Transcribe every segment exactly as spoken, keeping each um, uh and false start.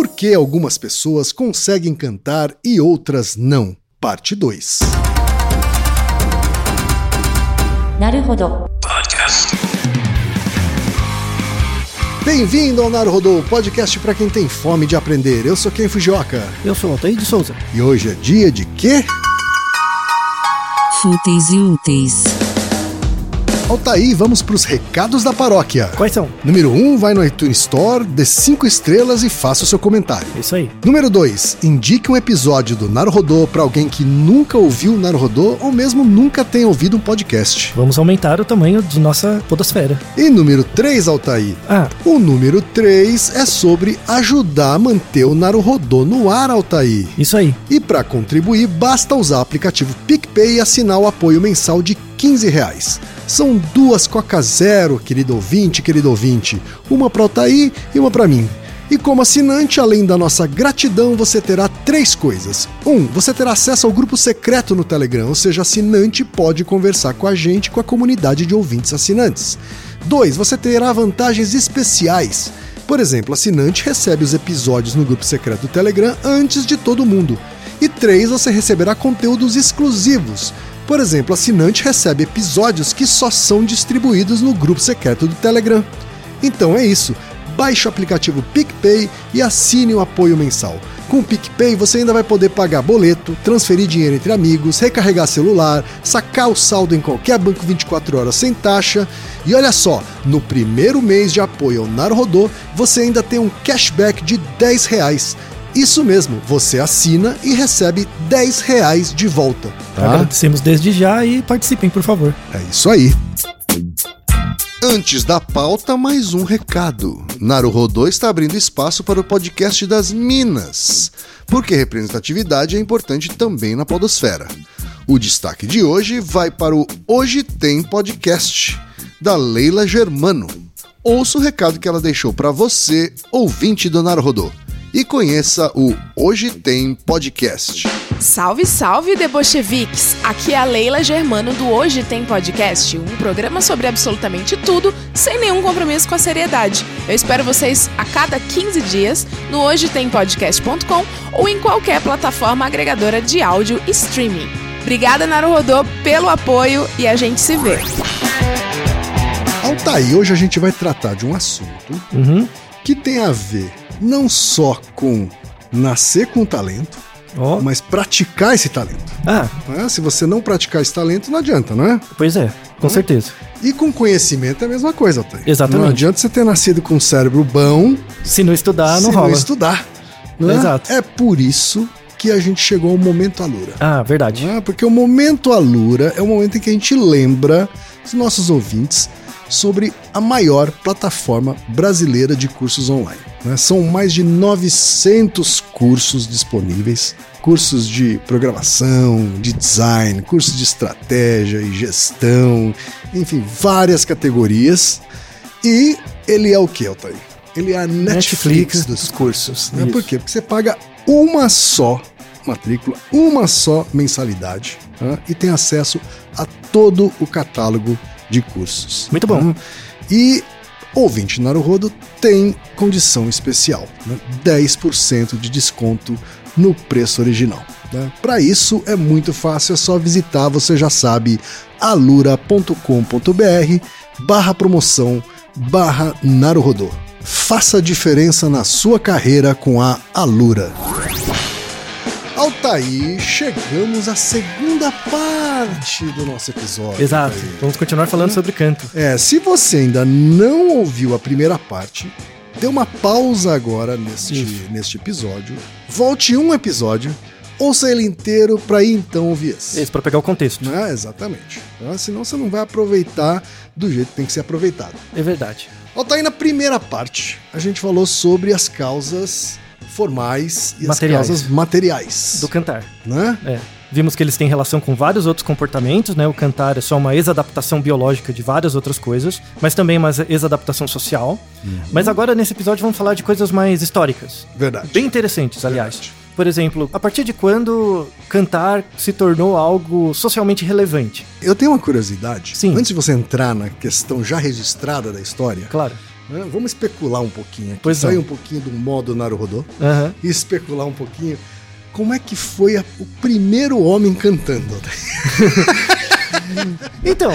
Por que algumas pessoas conseguem cantar e outras não? Parte dois. Naruhodo. Bem-vindo ao Naruhodo, podcast para quem tem fome de aprender. Eu sou Ken Fujioka. Eu sou Altair de Souza. E hoje é dia de quê? Fúteis e úteis. Altair, vamos para os recados da paróquia. Quais são? Número um, vai no iTunes Store, dê cinco estrelas e faça o seu comentário. Isso aí. Número dois, indique um episódio do Naruhodo para alguém que nunca ouviu o Naruhodo ou mesmo nunca tenha ouvido um podcast. Vamos aumentar o tamanho de nossa podosfera. E número três, Altair. Ah. O número três é sobre ajudar a manter o Naruhodo no ar, Altair. Isso aí. E para contribuir, basta usar o aplicativo PicPay e assinar o apoio mensal de quinze reais. São duas Coca Zero, querido ouvinte, querido ouvinte. Uma para o Altair e uma para mim. E como assinante, além da nossa gratidão, você terá três coisas. Um, você terá acesso ao grupo secreto no Telegram, ou seja, assinante pode conversar com a gente e com a comunidade de ouvintes assinantes. Dois, você terá vantagens especiais. Por exemplo, assinante recebe os episódios no grupo secreto do Telegram antes de todo mundo. E três, você receberá conteúdos exclusivos. Por exemplo, assinante recebe episódios que só são distribuídos no grupo secreto do Telegram. Então é isso. Baixe o aplicativo PicPay e assine o apoio mensal. Com o PicPay você ainda vai poder pagar boleto, transferir dinheiro entre amigos, recarregar celular, sacar o saldo em qualquer banco vinte e quatro horas sem taxa. E olha só, no primeiro mês de apoio ao Naruhodo, você ainda tem um cashback de dez reais. Isso mesmo, você assina e recebe dez reais de volta. Tá? Agradecemos desde já e participem, por favor. É isso aí. Antes da pauta, mais um recado. Naruhodo está abrindo espaço para o podcast das Minas, porque representatividade é importante também na podosfera. O destaque de hoje vai para o Hoje Tem Podcast, da Leila Germano. Ouça o recado que ela deixou para você, ouvinte do Naruhodo, e conheça o Hoje Tem Podcast. Salve, salve, debocheviques! Aqui é a Leila Germano do Hoje Tem Podcast, um programa sobre absolutamente tudo, sem nenhum compromisso com a seriedade. Eu espero vocês a cada quinze dias no hoje tem podcast ponto com ou em qualquer plataforma agregadora de áudio e streaming. Obrigada, Naruhodo, pelo apoio e a gente se vê. Altair, hoje a gente vai tratar de um assunto Uhum. que tem a ver não só com nascer com talento, Oh. mas praticar esse talento. Ah, Né? Se você não praticar esse talento, não adianta, não é? pois é, com certeza. E com conhecimento é a mesma coisa, Altair. Exatamente. Não adianta você ter nascido com um cérebro bom Se não estudar, não se rola. não estudar. Né? Exato. É por isso que a gente chegou ao Momento Alura. Ah, verdade. Né? Porque o Momento Alura é o momento em que a gente lembra os nossos ouvintes sobre a maior plataforma brasileira de cursos online. Né? São mais de novecentos cursos disponíveis, cursos de programação, de design, cursos de estratégia e gestão, enfim, várias categorias. E ele é o que, Altair? Ele é a Netflix, Netflix dos cursos. Né? Isso. Por quê? Porque você paga uma só matrícula, uma só mensalidade, né? E tem acesso a todo o catálogo de cursos. Muito bom. Né? E ouvinte Naruhodo tem condição especial, né? dez por cento de desconto no preço original. Né? Para isso é muito fácil, é só visitar, você já sabe, alura ponto com ponto br barra promoção barra Naruhodo. Faça a diferença na sua carreira com a Alura. Altair, chegamos à segunda parte do nosso episódio. Exato. Altair. Vamos continuar falando sobre canto. É, se você ainda não ouviu a primeira parte, dê uma pausa agora neste, neste episódio, volte um episódio, ouça ele inteiro para aí então ouvir esse. Isso, pra pegar o contexto. Ah, exatamente. Ah, senão você não vai aproveitar do jeito que tem que ser aproveitado. É verdade. Altair, na primeira parte, a gente falou sobre as causas formais e Materiais. as causas materiais. Do cantar. Né? É. Vimos que eles têm relação com vários outros comportamentos, né? O cantar é só uma exadaptação biológica de várias outras coisas, mas também uma exadaptação social. Uhum. Mas agora, nesse episódio, vamos falar de coisas mais históricas. Verdade. Bem interessantes, aliás. Verdade. Por exemplo, a partir de quando cantar se tornou algo socialmente relevante? Eu tenho uma curiosidade. Sim. Antes de você entrar na questão já registrada da história, Claro. né? Vamos especular um pouquinho aqui. Pois Sair não. um pouquinho do modo Naruhodô Aham. e especular um pouquinho. Como é que foi a- o primeiro homem cantando? Então,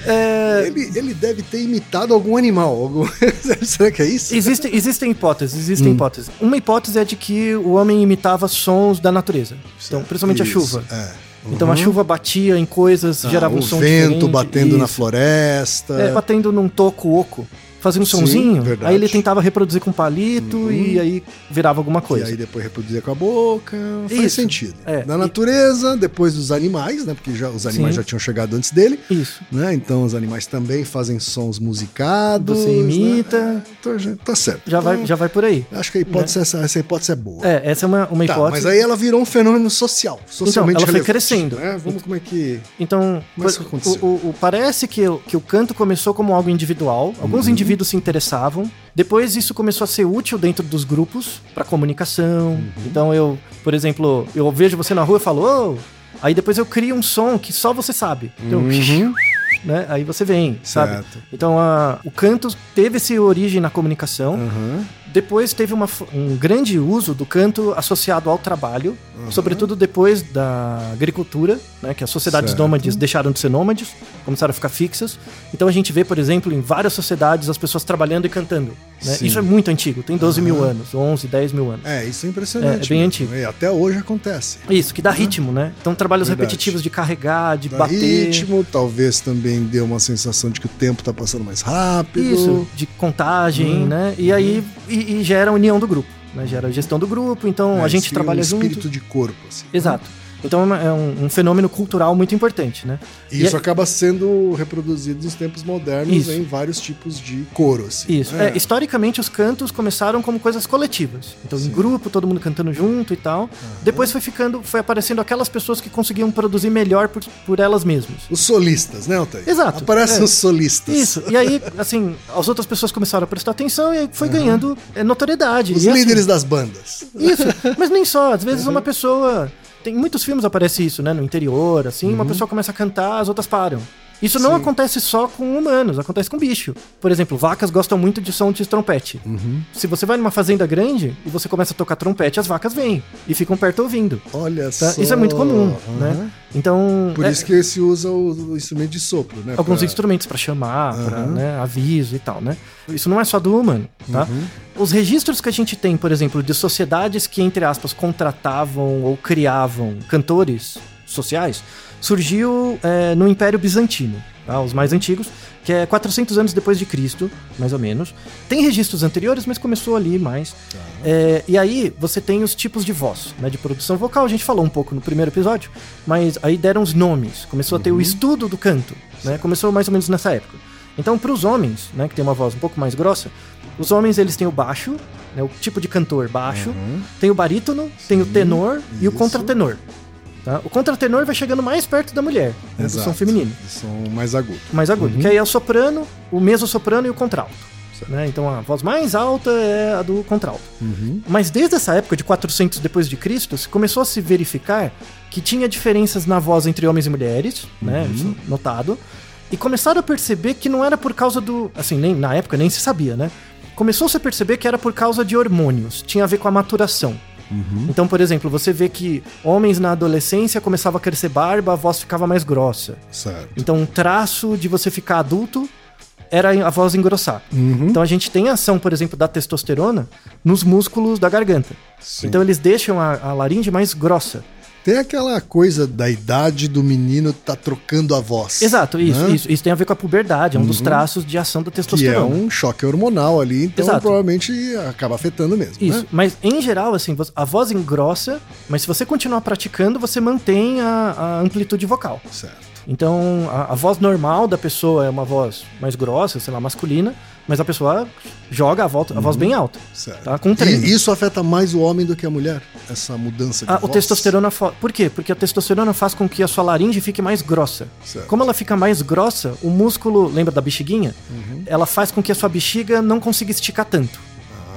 é, Ele, ele deve ter imitado algum animal. Algum... Será que é isso? existem, existem hipóteses, existem Hum. hipóteses. Uma hipótese é de que o homem imitava sons da natureza. Então, principalmente a Isso, chuva. é. Então a Uhum. chuva batia em coisas, Ah, gerava um o som vento diferente. batendo na Isso. floresta. É, batendo num toco oco. Fazia um Sim, sonzinho, verdade. aí ele tentava reproduzir com palito Uhum. e aí virava alguma E coisa. aí depois reproduzia com a boca. Faz Isso. sentido. É, Da e- natureza, depois dos animais, né? Porque já, os animais Sim. já tinham chegado antes dele. Isso. Né? Então os animais também fazem sons musicados. Você imita. Né? Então, já- tá certo. Já vai, Então, já vai por aí. Acho que a hipótese, essa, essa hipótese é boa. É, essa é uma, uma Tá, hipótese. mas aí ela virou um fenômeno social, socialmente ela foi relevante, crescendo. Né? Vamos como é que... Então, Mas por- o que aconteceu? o, o- o- parece que, o- que o canto começou como algo individual. Alguns Uhum. indivíduos se interessavam. Depois isso começou a ser útil dentro dos grupos para comunicação. Uhum. Então eu, por exemplo, eu vejo você na rua e falo, ô! Aí depois eu crio um som que só você sabe. Então, Uhum. né? Aí você vem, sabe? Certo. Então a- o canto teve essa origem na comunicação. Aham. Depois teve uma f- um grande uso do canto associado ao trabalho, sobretudo depois da agricultura, né, que as sociedades Certo. nômades deixaram de ser nômades, começaram a ficar fixas. Então a gente vê, por exemplo, em várias sociedades as pessoas trabalhando e cantando. Né? Sim. Isso é muito antigo, tem doze mil anos, onze, dez mil anos. É, isso é impressionante. É, é bem mesmo. antigo. E até hoje acontece. Isso, que dá ritmo, né? Então trabalhos Verdade. repetitivos de carregar, de Dá bater. ritmo, talvez também dê uma sensação de que o tempo tá passando mais rápido. Isso, de contagem, Uhum. né? E aí e, e gera a união do grupo, né? Gera a gestão do grupo, então É, a gente cria trabalha um junto. espírito de corpo, assim. Exato. Então é uma- é um, um fenômeno cultural muito importante, né? E isso é- acaba sendo reproduzido nos tempos modernos Isso. em vários tipos de coro, assim. Isso. É, historicamente, os cantos começaram como coisas coletivas. Então, Sim. em grupo, todo mundo cantando junto e tal. Depois foi ficando, foi aparecendo aquelas pessoas que conseguiam produzir melhor por, por elas mesmas. Os solistas, né, Altair? Exato. Aparecem É. os solistas. Isso. E aí, assim, as outras pessoas começaram a prestar atenção e aí foi ganhando é, notoriedade. Os E, assim, líderes das bandas. Isso, mas nem só. Às vezes uma pessoa. Tem em muitos filmes aparece isso, né? No interior, assim, uma pessoa começa a cantar, as outras param. Isso não Sim. acontece só com humanos, acontece com bicho. Por exemplo, vacas gostam muito de som de trompete. Se você vai numa fazenda grande e você começa a tocar trompete, as vacas vêm e ficam perto ouvindo. Olha Tá? só. Isso é muito comum, Aham. né? Então, Por é, isso que se usa o, o instrumento de sopro, né? alguns pra- instrumentos pra chamar, pra, Aham. né, aviso e tal, né? Isso não é só do humano, tá? Uhum. Os registros que a gente tem, por exemplo, de sociedades que, entre aspas, contratavam ou criavam cantores sociais, surgiu é, no Império Bizantino, tá? Os mais antigos, que é quatrocentos anos depois de Cristo, mais ou menos. Tem registros anteriores, mas começou ali mais. É, e aí você tem os tipos de voz, né, de produção vocal. A gente falou um pouco no primeiro episódio, mas aí deram os nomes. Começou a ter o estudo do canto, né? Começou mais ou menos nessa época. Então, para os homens, né, que tem uma voz um pouco mais grossa, os homens eles têm o baixo, né, o tipo de cantor baixo, tem o barítono, tem o tenor e o isso. contratenor. Tá? O contratenor vai chegando mais perto da mulher, né, do som Exato. feminino, Som mais agudo. mais agudo. Que aí é o soprano, o mezzo-soprano e o contralto. Né? Então a voz mais alta é a do contralto. Uhum. Mas desde essa época de quatrocentos depois de Cristo, se começou a se verificar que tinha diferenças na voz entre homens e mulheres, né? Isso notado. E começaram a perceber que não era por causa do... Assim, nem, na época nem se sabia, né? Começou-se a perceber que era por causa de hormônios. Tinha a ver com a maturação. Então, por exemplo, você vê que homens na adolescência começavam a crescer barba, a voz ficava mais grossa. Certo. Então, um traço de você ficar adulto era a voz engrossar. Uhum. Então, a gente tem a ação, por exemplo, da testosterona nos músculos da garganta. Sim. Então, eles deixam a, a laringe mais grossa. Tem aquela coisa da idade do menino tá trocando a voz. Exato, isso, né? isso. Isso tem a ver com a puberdade, é um dos traços de ação da Que é testosterona. um choque hormonal ali, então Exato. provavelmente acaba afetando mesmo. Isso, Né? mas em geral, assim, vo- a voz engrossa, mas se você continuar praticando, você mantém a, a amplitude vocal. Certo. Então, a, a voz normal da pessoa é uma voz mais grossa, sei lá, masculina, mas a pessoa joga a, volta, a voz bem alta, Certo. tá? Com treino. E isso afeta mais o homem do que a mulher? Essa mudança de Ah, o voz? testosterona... Fo... Por quê? Porque a testosterona faz com que a sua laringe fique mais grossa. Certo. Como ela fica mais grossa, o músculo, lembra da bexiguinha? Uhum. Ela faz com que a sua bexiga não consiga esticar tanto. Ah,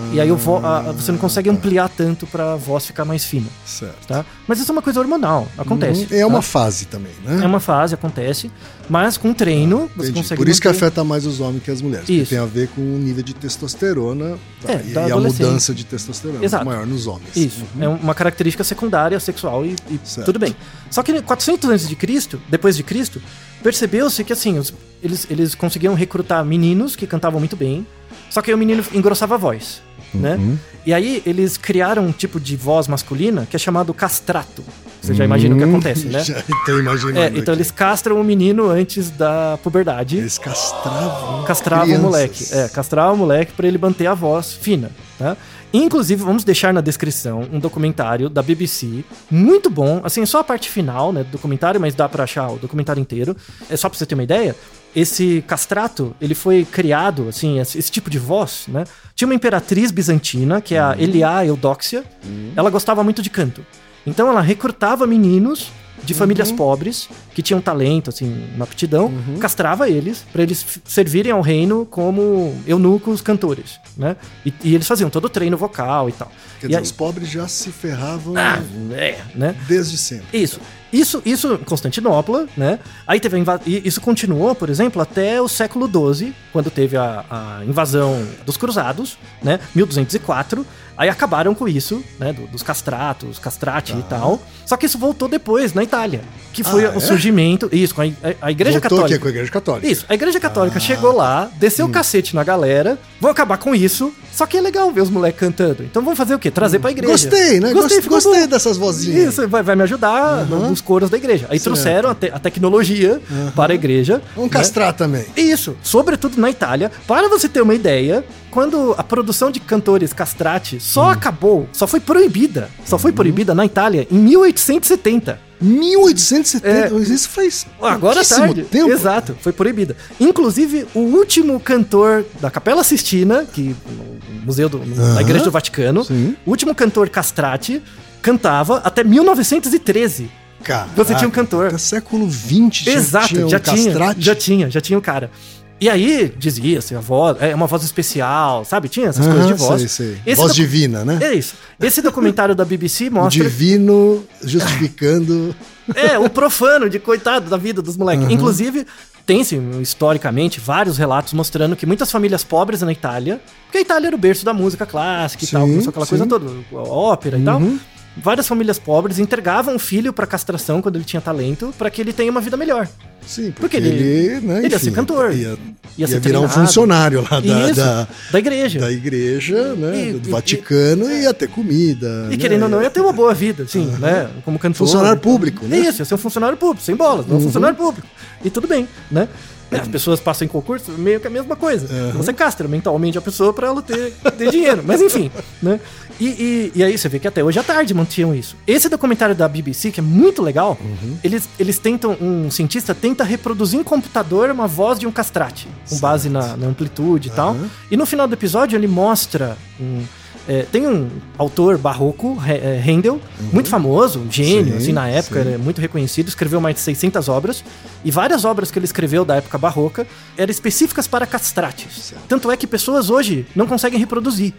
E aí o vo- a- você não consegue ampliar tanto pra voz ficar mais fina. Certo. Tá? Mas isso é uma coisa hormonal, acontece. Uhum. É uma tá? fase também, né? É uma fase, acontece. Mas com treino, você Entendi. consegue Por isso que manter- afeta mais os homens que as mulheres. Porque Isso. tem a ver com o nível de testosterona tá? É, e, da e a adolescência. mudança de testosterona Exato. maior nos homens. Isso, Uhum. é uma característica secundária sexual e, e Certo. tudo bem. Só que em quatrocentos antes de Cristo, depois de Cristo, percebeu-se que assim, os- eles, eles conseguiam recrutar meninos que cantavam muito bem, só que aí o menino engrossava a voz, né? Uhum. E aí eles criaram um tipo de voz masculina que é chamado castrato. Você já imagina o que Hum, acontece, né? Já tô imaginando. É, então aqui. eles castram o menino antes da puberdade. Eles castravam. Castrava crianças. o moleque. É, castrava o moleque pra ele manter a voz fina, tá? Inclusive, vamos deixar na descrição um documentário da B B C, muito bom, assim, só a parte final, né, do documentário, mas dá pra achar o documentário inteiro. É só pra você ter uma ideia, esse castrato, ele foi criado, assim, esse, esse tipo de voz, né? Tinha uma imperatriz bizantina, que é a Elia Eudóxia, ela gostava muito de canto. Então ela recrutava meninos de famílias pobres, que tinham talento, assim, uma aptidão, castrava eles pra eles f- servirem ao reino como eunucos cantores, né? E, e eles faziam todo o treino vocal e tal. Quer E dizer, aí- os pobres já se ferravam Ah, é, né? desde sempre. Isso. Isso, isso em Constantinopla, né? Aí teve a inva- e isso continuou, por exemplo, até o século doze, quando teve a, a invasão dos cruzados, né? mil duzentos e quatro. Aí acabaram com isso, né? do- dos castratos, castrati e tal. Só que isso voltou depois, na Itália. Que foi Ah, o é? surgimento. Isso, com a, a- a Igreja Voltou Católica. aqui com a Igreja Católica. Isso, a Igreja Católica Ah. chegou lá, desceu o cacete na galera, vão acabar com isso, só que é legal ver os moleques cantando. Então vamos fazer o quê? Trazer pra igreja. Gostei, né? Gostei, Gost- ficou Gostei bom. dessas vozinhas. Isso, vai, vai me ajudar Aham. nos coros da igreja. Aí Certo. trouxeram a, te- a tecnologia para a igreja. Vamos né? castrar também. Isso, sobretudo na Itália. Para você ter uma ideia, quando a produção de cantores castrati só Hum. acabou, só foi proibida, só foi proibida na Itália em mil oitocentos e setenta. mil oitocentos e setenta, isso faz Agora pouquíssimo tarde. tempo. Exato, foi proibida. Inclusive, o último cantor da Capela Sistina, que no museu do, no- Aham. na Igreja do Vaticano, Sim. o último cantor castrati cantava até mil novecentos e treze. Caraca, Você tinha um cantor. Até século vinte Exato, já tinha um já tinha, castrate. já tinha, já tinha o cara. E aí, dizia-se, a voz, é uma voz especial, sabe? Tinha essas Aham, coisas de voz. sei, sei. Esse Voz docu- divina, né? É isso. Esse documentário da B B C O mostra... divino justificando. É, o profano de coitado da vida dos moleques. Inclusive, tem-se historicamente vários relatos mostrando que muitas famílias pobres na Itália, porque a Itália era o berço da música clássica e Sim, tal, começou aquela sim. coisa toda, a ópera e tal. Várias famílias pobres entregavam o filho pra castração quando ele tinha talento, pra que ele tenha uma vida melhor. Sim, porque, Porque ele, ele- né, ele ia enfim, ser cantor, Ia, ia ia ser virar um treinado. funcionário lá da, Isso, da, da igreja. da igreja, né? E- do e- Vaticano, e ia ter comida. E né? querendo ou não, ia ter uma boa vida, assim, né? Como cantor. Funcionário público, né? Isso, ia ser um funcionário público, sem bolas, não um funcionário público. E tudo bem, né? As pessoas passam em concurso, meio que a mesma coisa. Você castra mentalmente a pessoa pra ela ter, ter dinheiro. Mas enfim, né? E, e, e aí você vê que até hoje à tarde mantinham isso. Esse documentário da B B C, que é muito legal, eles, eles tentam, um cientista tenta reproduzir em computador uma voz de um castrate, com base na, na amplitude e tal. E no final do episódio ele mostra um... É, tem um autor barroco, He- é, Handel, muito famoso, um gênio, Sim, assim, na época, sim. ele é muito reconhecido, escreveu mais de seiscentas obras, e várias obras que ele escreveu da época barroca eram específicas para castrates. Tanto é que pessoas hoje não conseguem reproduzir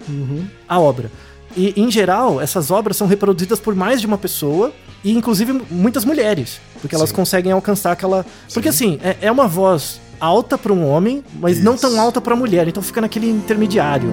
a obra. E, em geral, essas obras são reproduzidas por mais de uma pessoa, e inclusive muitas mulheres, porque elas Sim. conseguem alcançar aquela... Porque assim, é, é uma voz alta para um homem, mas não Isso. tão alta para a mulher, então fica naquele intermediário.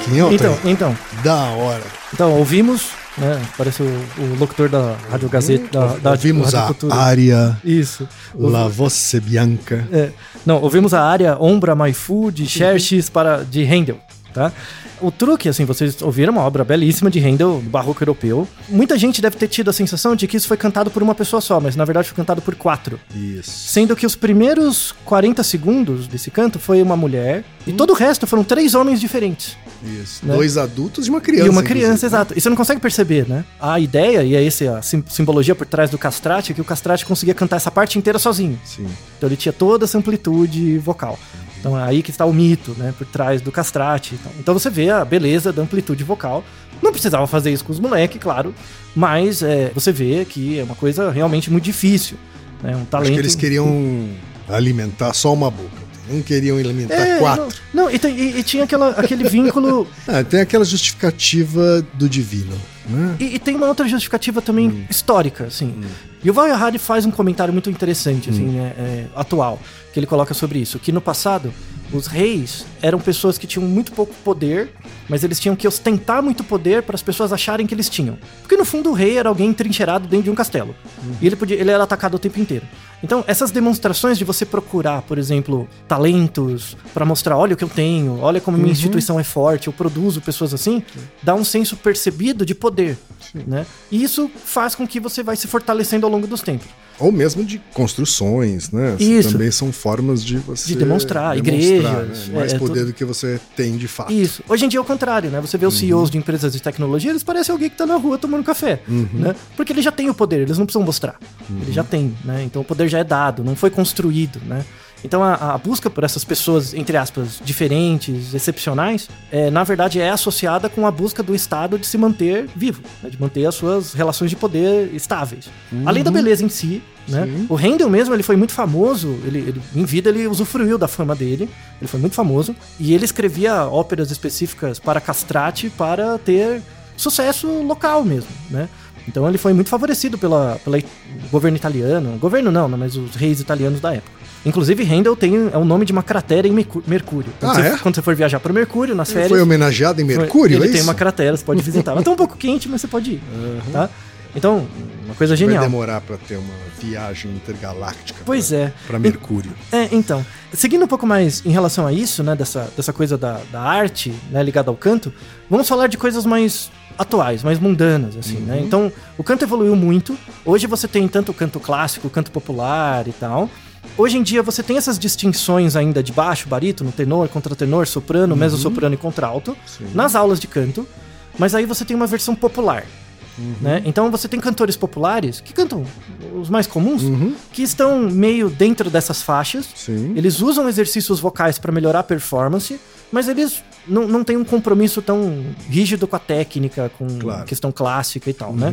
musiquinha, ó. Então, então, Da hora. então, ouvimos, né? Parece o, o locutor da Rádio Gazeta, da, da Ouvimos Rádio a Cultura. área Isso. La Voce Bianca. É, não, ouvimos a área Ombra Maifu de Xerxes para de Handel, tá? O truque, assim, vocês ouviram uma obra belíssima de Handel, do barroco europeu. Muita gente deve ter tido a sensação de que isso foi cantado por uma pessoa só, mas na verdade foi cantado por quatro. Isso. Sendo que os primeiros quarenta segundos desse canto foi uma mulher e todo o resto foram três homens diferentes. Isso. Né? Dois adultos e uma criança. E uma inclusive, criança, né? exato. E você não consegue perceber, né? A ideia, e é essa a sim- simbologia por trás do castrate, é que o castrate conseguia cantar essa parte inteira sozinho. Sim. Então ele tinha toda essa amplitude vocal. Então é aí que está o mito, né? Por trás do castrate. Então, então você vê a beleza da amplitude vocal. Não precisava fazer isso com os moleques, claro. Mas é, você vê que é uma coisa realmente muito difícil. Né? Um talento. Acho que eles queriam alimentar só uma boca. Não queriam alimentar É, quatro. Não, não e, tem- e- e tinha aquela, aquele vínculo. Ah, tem aquela justificativa do divino, né? E, e tem uma outra justificativa também Hum. histórica, assim. E o Val Hardy faz um comentário muito interessante, assim, Hum. né, é, atual, que ele coloca sobre isso. Que no passado, os reis eram pessoas que tinham muito pouco poder, mas eles tinham que ostentar muito poder para as pessoas acharem que eles tinham. Porque no fundo o rei era alguém trincheirado dentro de um castelo. E ele, podia, ele era atacado o tempo inteiro. Então, essas demonstrações de você procurar, por exemplo, talentos, para mostrar, olha o que eu tenho, olha como minha instituição é forte, eu produzo pessoas assim, dá um senso percebido de poder, né? E isso faz com que você vai se fortalecendo ao longo dos tempos. Ou mesmo de construções, né? Isso. Também são formas de você... De demonstrar, demonstrar, igrejas, né? Mais é, poder tudo- do que você tem de fato. Isso. Hoje em dia é o contrário, né? Você vê os C E Os de empresas de tecnologia, eles parecem alguém que tá na rua tomando café, né? Porque eles já têm o poder, eles não precisam mostrar. Eles já têm, né? Então o poder já é dado, não foi construído, né? Então a, a busca por essas pessoas, entre aspas, diferentes, excepcionais, é, na verdade é associada com a busca do Estado de se manter vivo, né? De manter as suas relações de poder estáveis. Além da beleza em si, né? O Handel mesmo, ele foi muito famoso, ele, ele, em vida ele usufruiu da fama dele, ele foi muito famoso, e ele escrevia óperas específicas para castrate para ter sucesso local mesmo, né? Então ele foi muito favorecido pela, pelo governo italiano, governo não, né? Mas os reis italianos da época. Inclusive, Handel tem é o nome de uma cratera em Mercú- Mercúrio. Quando, Ah, você, é? quando você for viajar para Mercúrio, nas Ele férias... foi homenageado em foi- Mercúrio, Ele é tem isso? uma cratera, você pode visitar. Mas tá um pouco quente, mas você pode ir, tá? Então, uma coisa Vai genial. demorar pra ter uma viagem intergaláctica. Pois pra, é. Pra Mercúrio. É, então, seguindo um pouco mais em relação a isso, né, dessa, dessa coisa da, da arte, né, ligada ao canto, vamos falar de coisas mais atuais, mais mundanas, assim, né? Então, o canto evoluiu muito. Hoje você tem tanto o canto clássico, o canto popular e tal. Hoje em dia você tem essas distinções ainda de baixo, barítono, tenor, contratenor, soprano, mezzo-soprano e contralto nas aulas de canto, mas aí você tem uma versão popular. Né? Então você tem cantores populares que cantam os mais comuns, que estão meio dentro dessas faixas. Sim. Eles usam exercícios vocais para melhorar a performance, mas eles não, não têm um compromisso tão rígido com a técnica, com Claro. questão clássica e tal, né?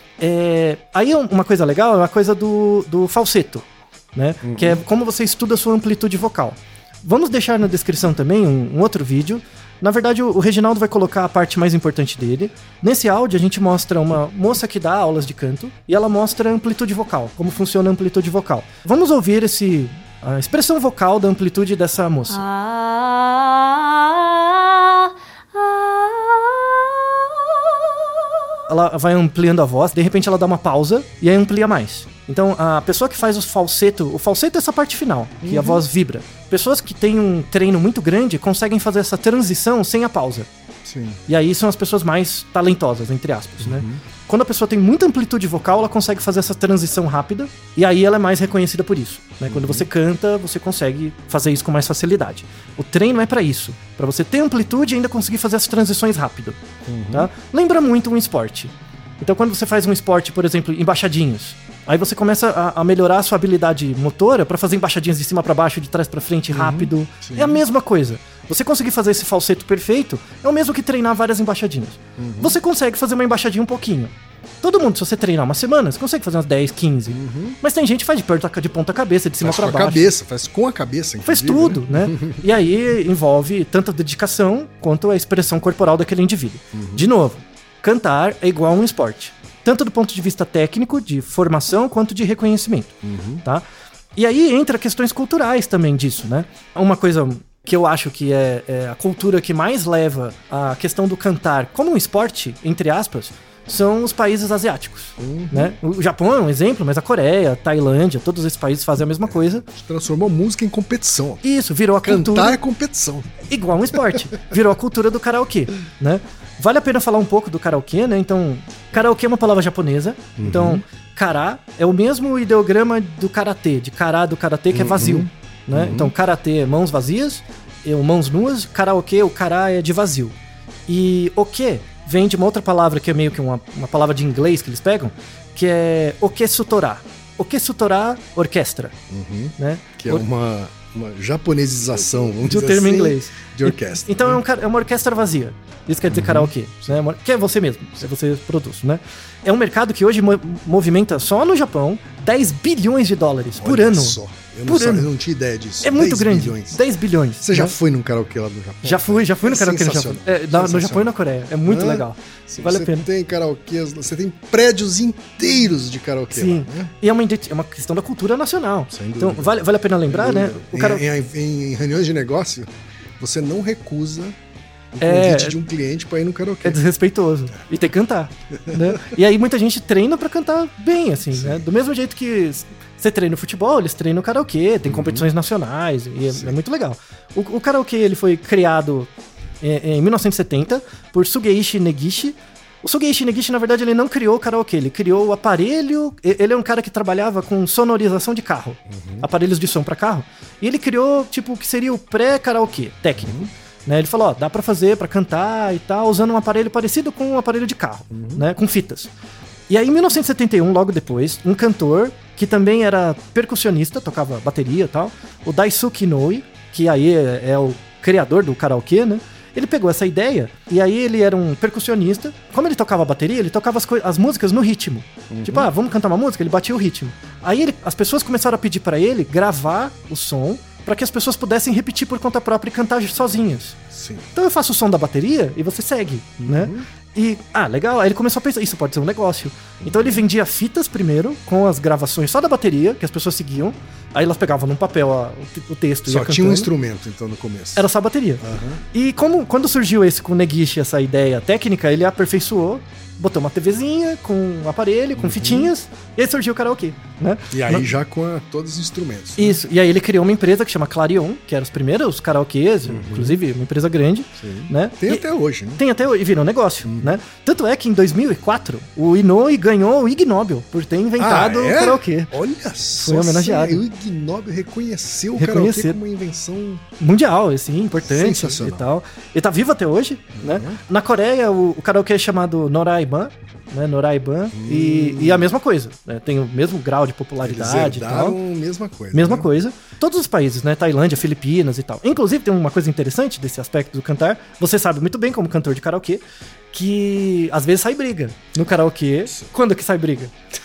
É, aí uma coisa legal é a coisa do, do falseto, né? Que é como você estuda a sua amplitude vocal. Vamos deixar na descrição também um, um outro vídeo. Na verdade, o, o Reginaldo vai colocar a parte mais importante dele. Nesse áudio, a gente mostra uma moça que dá aulas de canto e ela mostra a amplitude vocal, como funciona a amplitude vocal. Vamos ouvir esse, a expressão vocal da amplitude dessa moça. Ah, ah, Ela vai ampliando a voz, de repente ela dá uma pausa e aí amplia mais. Então, a pessoa que faz o falseto, o falseto é essa parte final, que a voz vibra. Pessoas que têm um treino muito grande conseguem fazer essa transição sem a pausa. Sim. E aí são as pessoas mais talentosas, entre aspas, né? Quando a pessoa tem muita amplitude vocal, ela consegue fazer essa transição rápida, e aí ela é mais reconhecida por isso, né? Quando você canta, você consegue fazer isso com mais facilidade. O treino é pra isso, pra você ter amplitude e ainda conseguir fazer as transições rápido, tá? Lembra muito um esporte. Então quando você faz um esporte, por exemplo, embaixadinhos, aí você começa a, a melhorar a sua habilidade motora pra fazer embaixadinhas de cima pra baixo, de trás pra frente, rápido. É a mesma coisa. Você conseguir fazer esse falseto perfeito é o mesmo que treinar várias embaixadinhas. Você consegue fazer uma embaixadinha um pouquinho. Todo mundo, se você treinar uma semana, você consegue fazer umas dez, quinze. Mas tem gente que faz de, perto, de ponta cabeça, de cima Faz pra com a baixo. cabeça, faz com a cabeça, Faz inclusive, tudo, né? E aí envolve tanto a dedicação quanto a expressão corporal daquele indivíduo. De novo, cantar é igual a um esporte. Tanto do ponto de vista técnico, de formação, quanto de reconhecimento, tá? E aí entra questões culturais também disso, né? Uma coisa que eu acho que é, é a cultura que mais leva a questão do cantar como um esporte, entre aspas, são os países asiáticos, uhum. né? O Japão é um exemplo, mas a Coreia, a Tailândia, todos esses países fazem a mesma coisa. Transformou música em competição. Isso, virou a cultura... Cantar é competição. Igual um esporte. Virou a cultura do karaokê, né? Vale a pena falar um pouco do karaokê, né? Então, karaokê é uma palavra japonesa. Uhum. Então, kara é o mesmo ideograma do karatê, de kara do karatê, que é vazio, uhum. né? Uhum. Então, karatê é mãos vazias, mãos nuas, karaokê, o kara é de vazio. E o que vem de uma outra palavra que é meio que uma, uma palavra de inglês que eles pegam, que é okesutora. Okesutora, orquestra. Uhum. Né? Que é uma, uma japonesização, vamos de um dizer termo assim, em inglês. De orquestra. Então né? é, um, é uma orquestra vazia. Isso quer dizer uhum. karaokê. Né? Que é você mesmo, que você produz. Né? É um mercado que hoje mo- movimenta só no Japão dez bilhões de dólares por Olha ano. Só. Eu não, Por ano. eu não tinha ideia disso. É muito grande. Bilhões. dez bilhões. Você né? já foi num karaokê lá no Japão? Já fui, já fui no é karaokê no Japão. É, na, no Japão e na Coreia. É muito ah, legal. Vale você a pena. Tem karaokês, você tem prédios inteiros de karaokê. Sim. Lá, né? E é uma, é uma questão da cultura nacional. Sem dúvida. Então, vale, vale a pena lembrar, né? O em, cara... em, em, em reuniões de negócio, você não recusa o É, convite de um cliente para ir no karaokê. É desrespeitoso. E tem que cantar. Né? E aí muita gente treina pra cantar bem, assim, né? Do mesmo jeito que você treina o futebol, eles treinam o karaokê, tem competições uhum. nacionais, e é, é muito legal. O, o karaokê, ele foi criado é, em mil novecentos e setenta por Sugeishi Negishi. O Sugeishi Negishi, na verdade, ele não criou o karaokê, ele criou o aparelho... Ele é um cara que trabalhava com sonorização de carro, uhum. aparelhos de som pra carro. E ele criou, tipo, o que seria o pré-karaokê técnico. Uhum. Né, ele falou, ó, dá pra fazer, pra cantar e tal, usando um aparelho parecido com um aparelho de carro, uhum. né, com fitas. E aí, em mil novecentos e setenta e um, logo depois, um cantor, que também era percussionista, tocava bateria e tal, o Daisuke Inoue, que aí é, é o criador do karaokê, né, ele pegou essa ideia, e aí ele era um percussionista. Como ele tocava bateria, ele tocava as, as músicas no ritmo. Uhum. Tipo, ah, vamos cantar uma música? Ele batia o ritmo. Aí ele, as pessoas começaram a pedir pra ele gravar o som, para que as pessoas pudessem repetir por conta própria e cantar sozinhas. Sim. Então eu faço o som da bateria e você segue, uhum. né? E, ah, legal. Aí ele começou a pensar, isso pode ser um negócio. Então ele vendia fitas primeiro, com as gravações só da bateria, que as pessoas seguiam. Aí elas pegavam num papel a, o, o texto e ia Só cantando. tinha um instrumento, então, no começo. Era só a bateria. Uhum. E como, quando surgiu esse com o Negishi, essa ideia técnica, ele aperfeiçoou, botou uma TVzinha com um aparelho, com uhum. fitinhas, e aí surgiu o karaokê, né? E aí Não... já com a, todos os instrumentos. Né? Isso, e aí ele criou uma empresa que chama Clarion, que era os primeiros karaokês, uhum. inclusive uma empresa grande, Sim. né? Tem e até hoje, né? Tem até hoje, e virou um negócio, uhum. né? Tanto é que em dois mil e quatro, o Inoue ganhou o Ig Nobel por ter inventado ah, é? o karaokê. Olha só, foi homenageado. O Ig Nobel reconheceu o Reconhecer. karaokê como uma invenção mundial, assim, importante e tal. Ele tá vivo até hoje, uhum. né? Na Coreia, o, o karaokê é chamado Noraiban, né, Noraiban, hum. e, e a mesma coisa, né, tem o mesmo grau de popularidade e tal. a mesma coisa. Mesma né? coisa. Todos os países, né, Tailândia, Filipinas e tal. Inclusive, tem uma coisa interessante desse aspecto do cantar, você sabe muito bem como cantor de karaokê, que às vezes sai briga no karaokê. Quando que sai briga?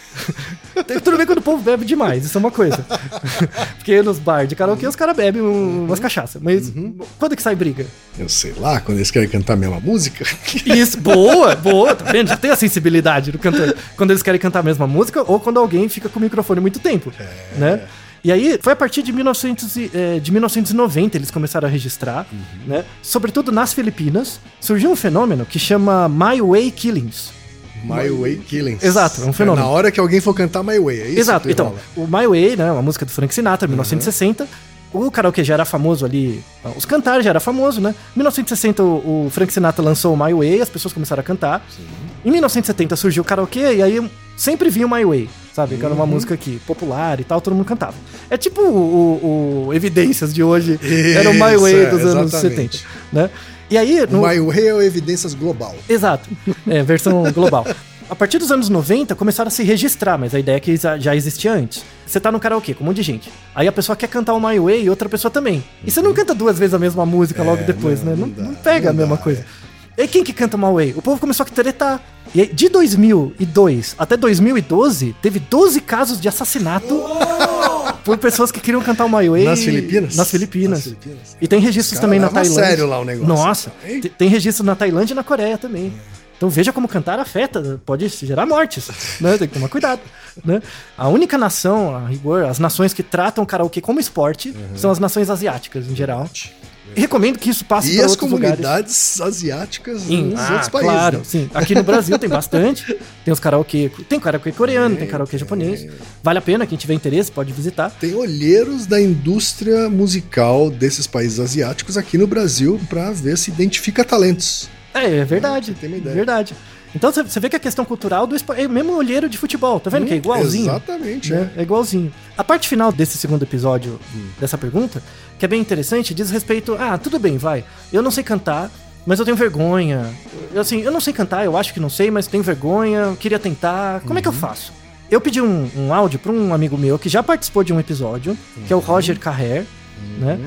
Tudo bem quando o povo bebe demais, isso é uma coisa. Porque nos bar de karaokê os caras bebem um, umas cachaças. Mas uhum. quando que sai briga? Eu sei lá, quando eles querem cantar a mesma música. Isso, boa, boa, tá vendo? Já tem a sensibilidade do cantor. Quando eles querem cantar a mesma música ou quando alguém fica com o microfone muito tempo, é. né? E aí, foi a partir de, mil e novecentos, de mil novecentos e noventa eles começaram a registrar, uhum. né? Sobretudo nas Filipinas, surgiu um fenômeno que chama My Way Killings. My Way Killings. Exato, é um fenômeno. É na hora que alguém for cantar My Way, é isso? Exato, então, o My Way, né, uma música do Frank Sinatra, mil novecentos e sessenta, uhum. o karaokê já era famoso ali, os cantares já era famoso, né? Em mil novecentos e sessenta o, o Frank Sinatra lançou o My Way, as pessoas começaram a cantar. Sim. Em mil novecentos e setenta surgiu o karaokê e aí sempre vinha o My Way, sabe? Que era uma uhum. música aqui, popular e tal, todo mundo cantava. É tipo o, o, o Evidências de hoje, isso, era o My Way é, dos anos setenta, né? E aí, no... O My Way é o Evidências global. Exato, é, versão global. A partir dos anos noventa, começaram a se registrar, mas a ideia é que já existia antes. Você tá no karaokê com um monte de gente. Aí a pessoa quer cantar o My Way e outra pessoa também. E você não canta duas vezes a mesma música é, logo depois, não, né? Não, não, dá, não pega não a mesma dá, coisa. É. E quem que canta o My Way? O povo começou a tretar. E aí, de dois mil e dois até dois mil e doze, teve doze casos de assassinato oh! por pessoas que queriam cantar o My Way. Nas Filipinas? Nas Filipinas. Nas Filipinas. E tem registros também na Tailândia. Sério lá o negócio. Nossa, tem, tem registros na Tailândia e na Coreia também. É. Então veja como cantar afeta, pode gerar mortes, né? Tem que tomar cuidado, né? A única nação, a rigor, as nações que tratam o karaokê como esporte, uhum. são as nações asiáticas em geral. E recomendo que isso passe E para as outros lugares. comunidades asiáticas Em, nos ah, outros países. claro, né? sim. Aqui no Brasil tem bastante. Tem os karaokê, tem karaokê coreano, tem karaokê japonês. Vale a pena, quem tiver interesse pode visitar. Tem olheiros da indústria musical desses países asiáticos aqui no Brasil para ver se identifica talentos. É, é verdade. Você tem uma É ideia. verdade. Então você vê que a questão cultural do espa- é mesmo olheiro de futebol, tá vendo Hum, que é igualzinho? Exatamente, Né? é. É igualzinho. A parte final desse segundo episódio, dessa pergunta, que é bem interessante, diz respeito... Ah, tudo bem, vai. Eu não sei cantar, mas eu tenho vergonha. Eu, assim, eu não sei cantar, eu acho que não sei, mas tenho vergonha, eu queria tentar. Como é que eu faço? Eu pedi um, um áudio para um amigo meu que já participou de um episódio, que é o Roger Carrer, né?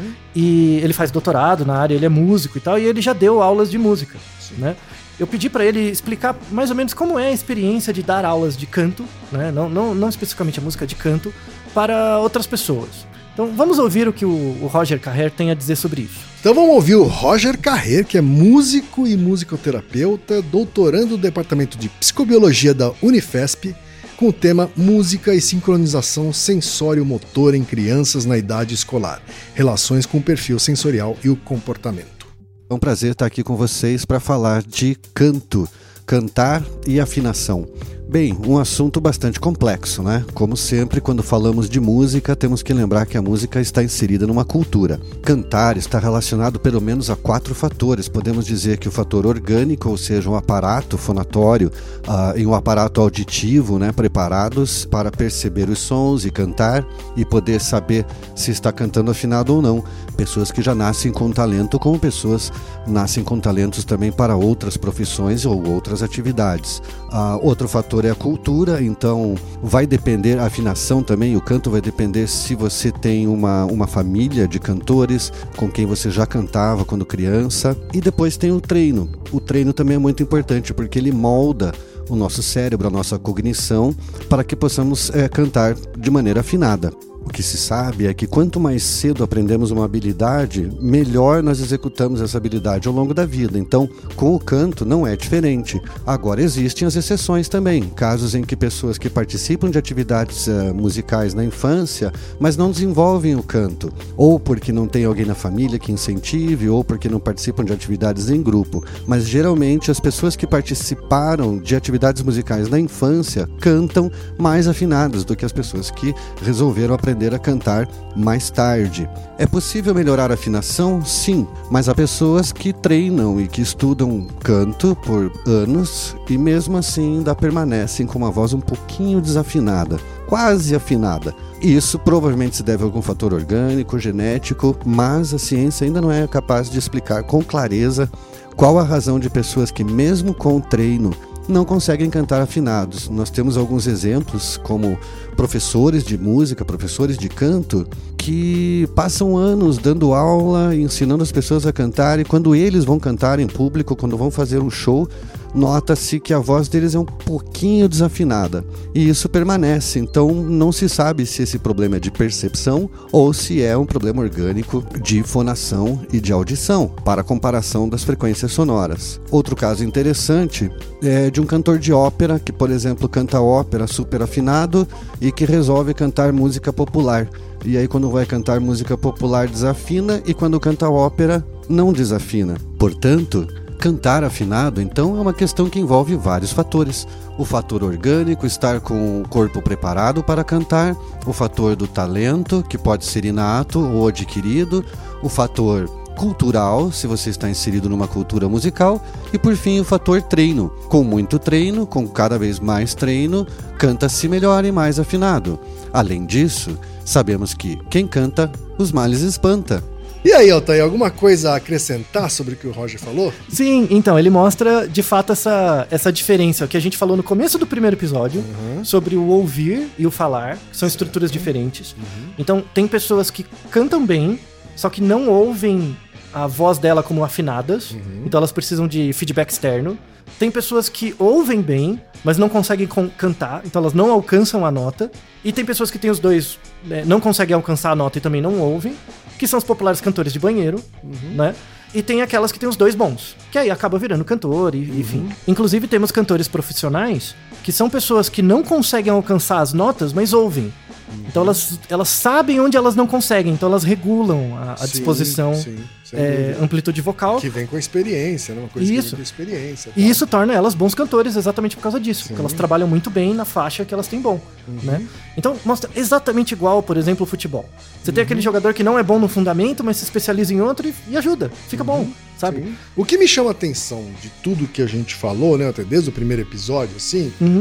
E ele faz doutorado na área, ele é músico e tal, e ele já deu aulas de música, né? Eu pedi para ele explicar mais ou menos como é a experiência de dar aulas de canto, né? Não, não, não especificamente a música de canto, para outras pessoas. Então vamos ouvir o que o, o Roger Carrer tem a dizer sobre isso. Então vamos ouvir o Roger Carrer, que é músico e musicoterapeuta, doutorando do Departamento de Psicobiologia da Unifesp, com o tema Música e Sincronização Sensório-Motor em Crianças na Idade Escolar, relações com o perfil sensorial e o comportamento. É um prazer estar aqui com vocês para falar de canto, cantar e afinação. Bem, um assunto bastante complexo, né? Como sempre, quando falamos de música, temos que lembrar que a música está inserida numa cultura. Cantar está relacionado pelo menos a quatro fatores. Podemos dizer que o fator orgânico, ou seja, um aparato fonatório uh, e um aparato auditivo, né, preparados para perceber os sons e cantar e poder saber se está cantando afinado ou não. Pessoas que já nascem com talento, como pessoas nascem com talentos também para outras profissões ou outras atividades. Uh, outro fator é a cultura, então vai depender, a afinação também, o canto vai depender se você tem uma, uma família de cantores com quem você já cantava quando criança. E depois tem o treino. O treino também é muito importante porque ele molda o nosso cérebro, a nossa cognição, para que possamos é, cantar de maneira afinada. O que se sabe é que quanto mais cedo aprendemos uma habilidade, melhor nós executamos essa habilidade ao longo da vida. Então, com o canto não é diferente. Agora, existem as exceções também. Casos em que pessoas que participam de atividades uh, musicais na infância, mas não desenvolvem o canto. Ou porque não tem alguém na família que incentive, ou porque não participam de atividades em grupo. Mas, geralmente, as pessoas que participaram de atividades musicais na infância cantam mais afinadas do que as pessoas que resolveram aprender a cantar mais tarde. É possível melhorar a afinação? Sim, mas há pessoas que treinam e que estudam canto por anos e mesmo assim ainda permanecem com uma voz um pouquinho desafinada, quase afinada. Isso provavelmente se deve a algum fator orgânico, genético, mas a ciência ainda não é capaz de explicar com clareza qual a razão de pessoas que mesmo com treino não conseguem cantar afinados. Nós temos alguns exemplos, como professores de música, professores de canto, que passam anos dando aula e ensinando as pessoas a cantar, e quando eles vão cantar em público, quando vão fazer um show, nota-se que a voz deles é um pouquinho desafinada. E isso permanece, então não se sabe se esse problema é de percepção ou se é um problema orgânico de fonação e de audição, para a comparação das frequências sonoras. Outro caso interessante é de um cantor de ópera que, por exemplo, canta ópera super afinado e que resolve cantar música popular. E aí quando vai cantar música popular desafina e quando canta ópera não desafina. Portanto, cantar afinado, então, é uma questão que envolve vários fatores. O fator orgânico, estar com o corpo preparado para cantar, o fator do talento, que pode ser inato ou adquirido, o fator cultural, se você está inserido numa cultura musical, e por fim o fator treino. Com muito treino, com cada vez mais treino, canta-se melhor e mais afinado. Além disso, sabemos que quem canta, os males espanta. E aí, Altair, alguma coisa a acrescentar sobre o que o Roger falou? Sim, então, ele mostra de fato essa, essa diferença que a gente falou no começo do primeiro episódio, uhum. sobre o ouvir e o falar, que são estruturas diferentes. Uhum. Então, tem pessoas que cantam bem, só que não ouvem a voz dela como afinadas, uhum. então elas precisam de feedback externo. Tem pessoas que ouvem bem, mas não conseguem con- cantar, então elas não alcançam a nota. E tem pessoas que têm os dois, né, não conseguem alcançar a nota e também não ouvem, que são os populares cantores de banheiro, uhum. né? E tem aquelas que têm os dois bons, que aí acaba virando cantor, e, uhum. enfim. Inclusive temos cantores profissionais, que são pessoas que não conseguem alcançar as notas, mas ouvem. Então elas, elas sabem onde elas não conseguem, então elas regulam a, a Sim, disposição, sim, sem é, dúvida. amplitude vocal. Que vem com a experiência, né? Uma coisa Isso. que vem com a experiência. E tal. isso torna elas bons cantores exatamente por causa disso, Sim. porque elas trabalham muito bem na faixa que elas têm bom, Uhum. né? Então mostra exatamente igual, por exemplo, o futebol. Você tem aquele jogador que não é bom no fundamento, mas se especializa em outro e, e ajuda, fica bom, sabe? Sim. O que me chama a atenção de tudo que a gente falou, né, até desde o primeiro episódio, assim, Uhum.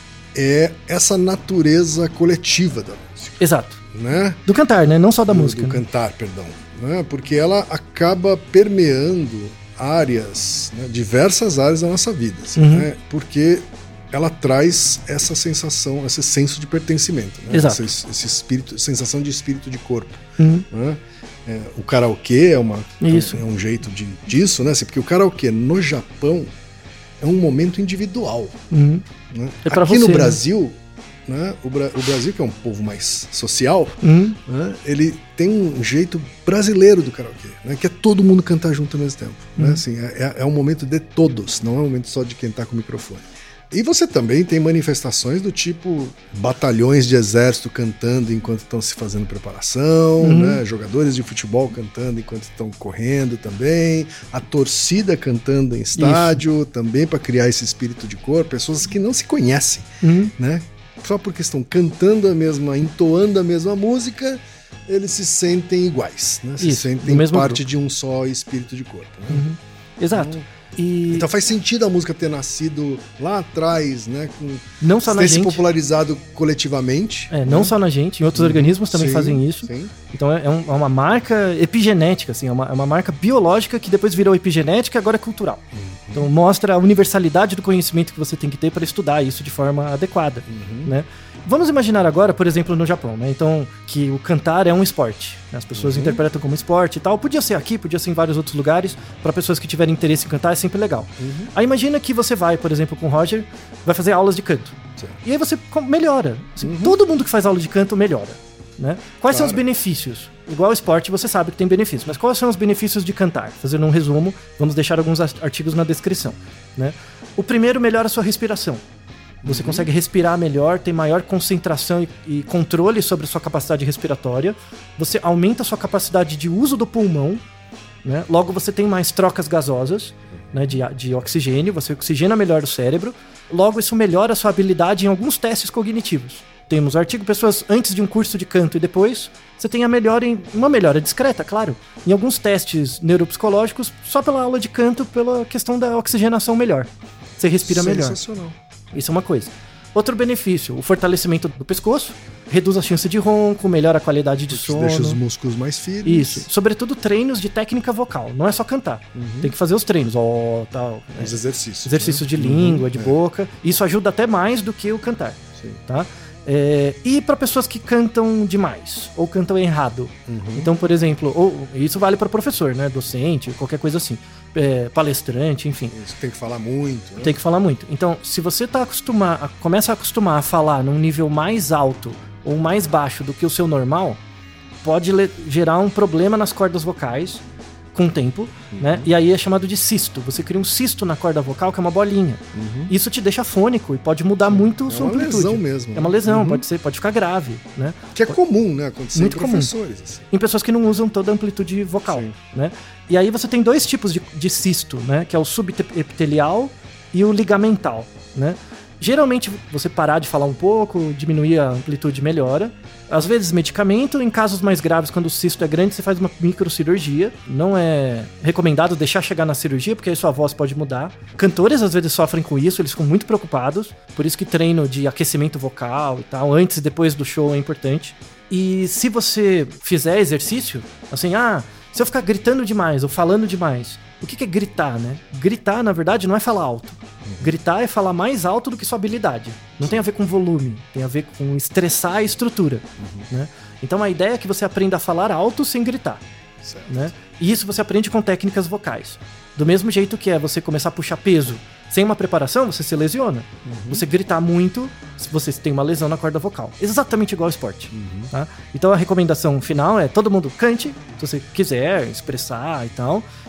é essa natureza coletiva da música, Exato. né? Do cantar, né? Não só da do, música. do né? cantar, perdão, né? Porque ela acaba permeando áreas, né, diversas áreas da nossa vida, assim, Uhum. né? Porque ela traz essa sensação, esse senso de pertencimento, né? Exato. Esse, esse espírito, sensação de espírito de corpo, Uhum. né? É, o karaokê é, uma, Isso. é um jeito de, disso, né? Assim, porque o karaokê no Japão é um momento individual, Uhum. né? É pra Aqui você, no né? Brasil, né? O, Bra- o Brasil, que é um povo mais social, Uhum. né? Ele tem um jeito brasileiro do karaokê, né? Que é todo mundo cantar junto ao mesmo tempo, né? Assim, é, é um momento de todos, não é um momento só de quem tá com o microfone. E você também tem manifestações do tipo batalhões de exército cantando enquanto estão se fazendo preparação, Uhum. né? Jogadores de futebol cantando enquanto estão correndo também, a torcida cantando em estádio também para criar esse espírito de cor, pessoas que não se conhecem, Uhum. né? Só porque estão cantando a mesma, entoando a mesma música, eles se sentem iguais, né? Se Isso, sentem do mesmo parte grupo. de um só espírito de corpo, né? Uhum. Exato. E Então faz sentido a música ter nascido lá atrás, né? Com, não só na ter se gente, popularizado coletivamente. é, não só na gente, em outros organismos também Sim, fazem isso. Sim. Então é, um- é uma marca epigenética, assim, é uma, é uma marca biológica que depois virou epigenética e agora é cultural. Então mostra a universalidade do conhecimento que você tem que ter para estudar isso de forma adequada, né? Vamos imaginar agora, por exemplo, no Japão, né? Então, que o cantar é um esporte, né? As pessoas interpretam como esporte e tal. Podia ser aqui, podia ser em vários outros lugares. Para pessoas que tiverem interesse em cantar, é sempre legal. Aí imagina que você vai, por exemplo, com o Roger, vai fazer aulas de canto. Certo. E aí você com- melhora. Assim, Todo mundo que faz aula de canto melhora, né? Quais são os Claro. benefícios? Igual ao esporte, você sabe que tem benefícios. Mas quais são os benefícios de cantar? Fazendo um resumo, vamos deixar alguns as- artigos na descrição, né? O primeiro, melhora a sua respiração. Você consegue respirar melhor, tem maior concentração e, e controle sobre a sua capacidade respiratória. Você aumenta a sua capacidade de uso do pulmão, né? Logo você tem mais trocas gasosas, né, de, de oxigênio, você oxigena melhor o cérebro. Logo isso melhora a sua habilidade em alguns testes cognitivos. Temos artigo, pessoas antes de um curso de canto e depois, você tem a melhora em, uma melhora discreta, claro. Em alguns testes neuropsicológicos, só pela aula de canto, pela questão da oxigenação melhor. Você respira melhor. Sensacional. Isso é uma coisa. Outro benefício, o fortalecimento do pescoço, reduz a chance de ronco, melhora a qualidade de sono. Deixa os músculos mais firmes. Isso. Sobretudo treinos de técnica vocal. Não é só cantar. Tem que fazer os treinos. Ó, tal. Os exercícios. Exercícios né? de língua, de é. boca. Isso ajuda até mais do que o cantar. Sim. Tá? É, e para pessoas que cantam demais ou cantam errado. Então, por exemplo, ou, isso vale para professor, né? Docente, qualquer coisa assim. É, palestrante, enfim. Isso tem que falar muito. Né? Tem que falar muito. Então, se você tá acostumar, a- começa a acostumar a falar num nível mais alto ou mais baixo do que o seu normal, pode le- gerar um problema nas cordas vocais com o tempo, né? E aí é chamado de cisto. Você cria um cisto na corda vocal, que é uma bolinha. Isso te deixa fônico e pode mudar muito É sua uma amplitude. lesão mesmo. É uma né? lesão, Uhum. pode ser, pode ficar grave, né? Que é comum, né? Acontecer Muito em comum. professores. Assim. Em pessoas que não usam toda a amplitude vocal, Sim. né? E aí você tem dois tipos de, de cisto, né? Que é o subepitelial e o ligamental, né? Geralmente você parar de falar um pouco, diminuir a amplitude melhora. Às vezes medicamento, em casos mais graves, quando o cisto é grande, você faz uma microcirurgia. Não é recomendado deixar chegar na cirurgia, porque aí sua voz pode mudar. Cantores às vezes sofrem com isso, eles ficam muito preocupados. Por isso que treino de aquecimento vocal e tal, antes e depois do show é importante. E se você fizer exercício, assim, ah, se eu ficar gritando demais ou falando demais, o que que é gritar, né? Gritar, na verdade, não é falar alto. Gritar é falar mais alto do que sua habilidade. Não tem a ver com volume, tem a ver com estressar a estrutura, né? Então a ideia é que você aprenda a falar alto sem gritar, Certo. né? E isso você aprende com técnicas vocais. Do mesmo jeito que é você começar a puxar peso sem uma preparação, você se lesiona. Você gritar muito, você tem uma lesão na corda vocal. Exatamente igual ao esporte. Tá? Então a recomendação final é todo mundo cante, se você quiser expressar e tal.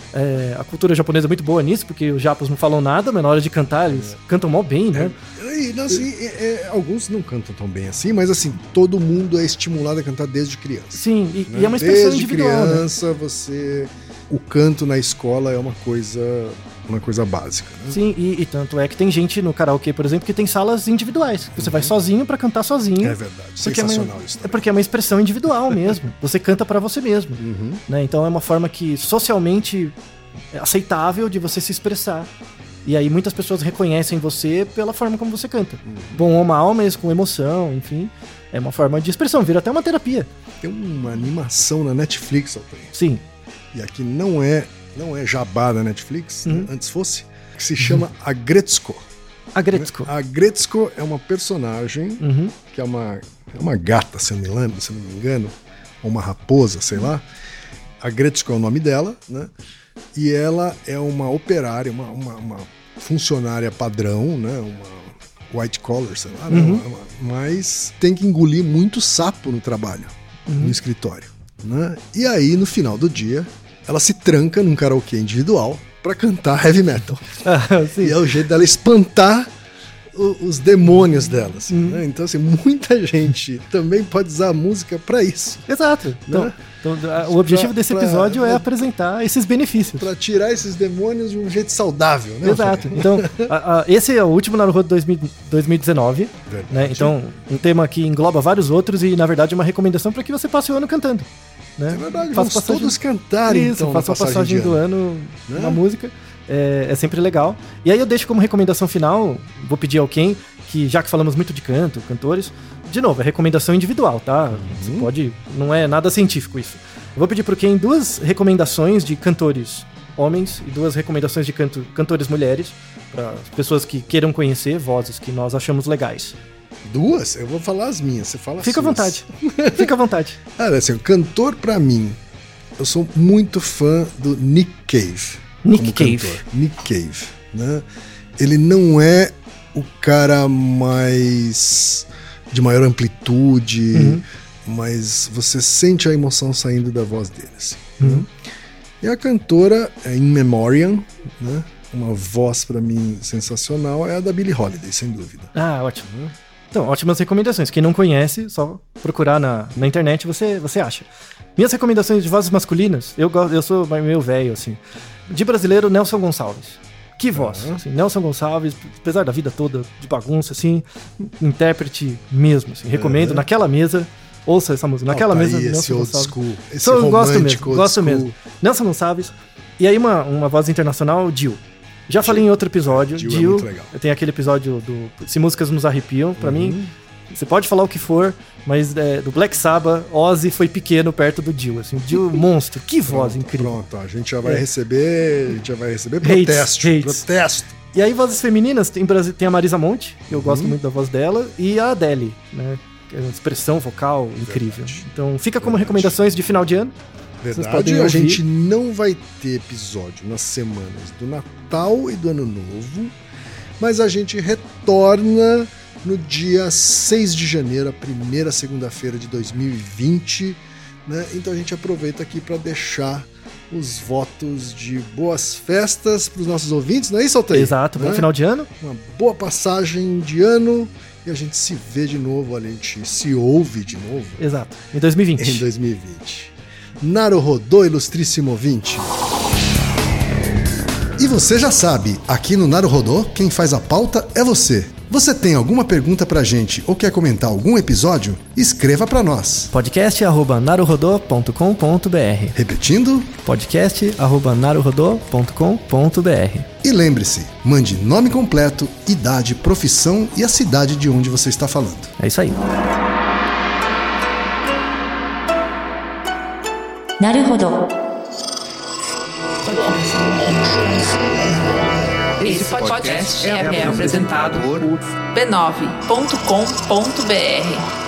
É, a cultura japonesa é muito boa nisso, porque os japos não falam nada, mas na hora de cantar, eles é. cantam mal bem, né? É, e, assim, é, é, alguns não cantam tão bem assim, mas assim, todo mundo é estimulado a cantar desde criança. Sim, e, né? e é uma expressão desde individual. Desde criança, né? você... O canto na escola é uma coisa, uma coisa básica. Né? Sim, e, e tanto é que tem gente no karaokê, por exemplo, que tem salas individuais. Você uhum. vai sozinho pra cantar sozinho. É verdade, sensacional é uma, isso. É porque é uma expressão individual mesmo. Você canta pra você mesmo. Uhum. Né? Então é uma forma que socialmente é aceitável de você se expressar. E aí muitas pessoas reconhecem você pela forma como você canta. Uhum. Bom ou mal, mas com emoção, enfim. É uma forma de expressão, vira até uma terapia. Tem uma animação na Netflix, Altair. Sim. E aqui não é, não é jabá da Netflix, uhum. né? Antes fosse, que se chama uhum. Agretsuko. Agretsuko. A Agretsuko é uma personagem uhum. que é uma, é uma gata, se eu não me engano, se eu não me engano, ou uma raposa, sei lá. Agretsuko é o nome dela, né? E ela é uma operária, uma, uma, uma funcionária padrão, né? Uma white collar, sei lá, uhum. né? Mas tem que engolir muito sapo no trabalho, uhum. no escritório. Né? E aí, no final do dia, ela se tranca num karaokê individual pra cantar heavy metal. Ah, e é o jeito dela espantar o, os demônios dela. Assim, hum. né? Então, assim, muita gente também pode usar a música pra isso. Exato. Né? Então, então, o objetivo pra, desse episódio pra, é apresentar esses benefícios. Pra tirar esses demônios de um jeito saudável, né? Exato. Então, a, a, esse é o último Naruhodo dois mil e dezenove. Né? Então, um tema que engloba vários outros e, na verdade, é uma recomendação para que você passe o ano cantando. Né? É verdade, faça vamos passagem... todos cantarem, Isso, então, faça a passagem do ano, né? na música. É, é sempre legal. E aí eu deixo como recomendação final, vou pedir ao Ken, que já que falamos muito de canto, cantores, de novo, é recomendação individual, tá? Uhum. Você pode... Não é nada científico isso. Eu vou pedir pro Ken duas recomendações de cantores homens e duas recomendações de canto, cantores mulheres, para pessoas que queiram conhecer vozes que nós achamos legais. Duas? Eu vou falar as minhas, você fala as Fica à suas. vontade. Fica à vontade. Ah, assim, o cantor pra mim, eu sou muito fã do Nick Cave. Nick Cave. Cantor. Nick Cave, né? Ele não é o cara mais... de maior amplitude, uhum. mas você sente a emoção saindo da voz dele. Assim, uhum. né? E a cantora é In Memoriam, né? Uma voz pra mim sensacional, é a da Billie Holiday, sem dúvida. Ah, ótimo. Então, ótimas recomendações. Quem não conhece, só procurar na, na internet, você, você acha. Minhas recomendações de vozes masculinas, eu, eu sou meio velho, assim. De brasileiro, Nelson Gonçalves. Que voz. Uhum. Assim, Nelson Gonçalves, apesar da vida toda de bagunça, assim, intérprete mesmo. Assim, recomendo, uhum. naquela mesa, ouça essa música. Naquela oh, tá mesa, aí, Nelson esse old Gonçalves. School, esse Sou, romântico gosto mesmo, old gosto school. mesmo. Nelson Gonçalves. E aí uma, uma voz internacional, Jill. Já falei em outro episódio, Jill, Jill, é muito legal. Tem aquele episódio do Se Músicas Nos Arrepiam, pra uhum. mim, você pode falar o que for, mas é, do Black Sabbath, Ozzy foi pequeno perto do Jill, assim, Jill monstro, que voz pronto, incrível. Pronto, a gente já vai é. receber, a gente já vai receber hates, protesto, hates. protesto. E aí vozes femininas, tem, tem a Marisa Monte, que eu uhum. gosto muito da voz dela, e a Adele, né, que é uma expressão vocal incrível. Verdade. Então fica como Verdade. recomendações de final de ano. Verdade, a gente não vai ter episódio nas semanas do Natal e do Ano Novo, mas a gente retorna no dia seis de janeiro, a primeira segunda-feira de dois mil e vinte, né? Então a gente aproveita aqui para deixar os votos de boas festas para os nossos ouvintes, não é isso, Altair? Exato, né? bom final de ano. Uma boa passagem de ano e a gente se vê de novo, a gente se ouve de novo. Exato, em dois mil e vinte. Em dois mil e vinte. Naruhodo, ilustríssimo ouvinte. E você já sabe, aqui no Naruhodo, quem faz a pauta é você. Você tem alguma pergunta pra gente ou quer comentar algum episódio? Escreva pra nós. podcast arroba naruhodo ponto com ponto b r. Repetindo? podcast arroba naruhodo ponto com ponto b r. E lembre-se, mande nome completo, idade, profissão e a cidade de onde você está falando. É isso aí. Naruhodo. Esse podcast é apresentado por b nove ponto com ponto b r.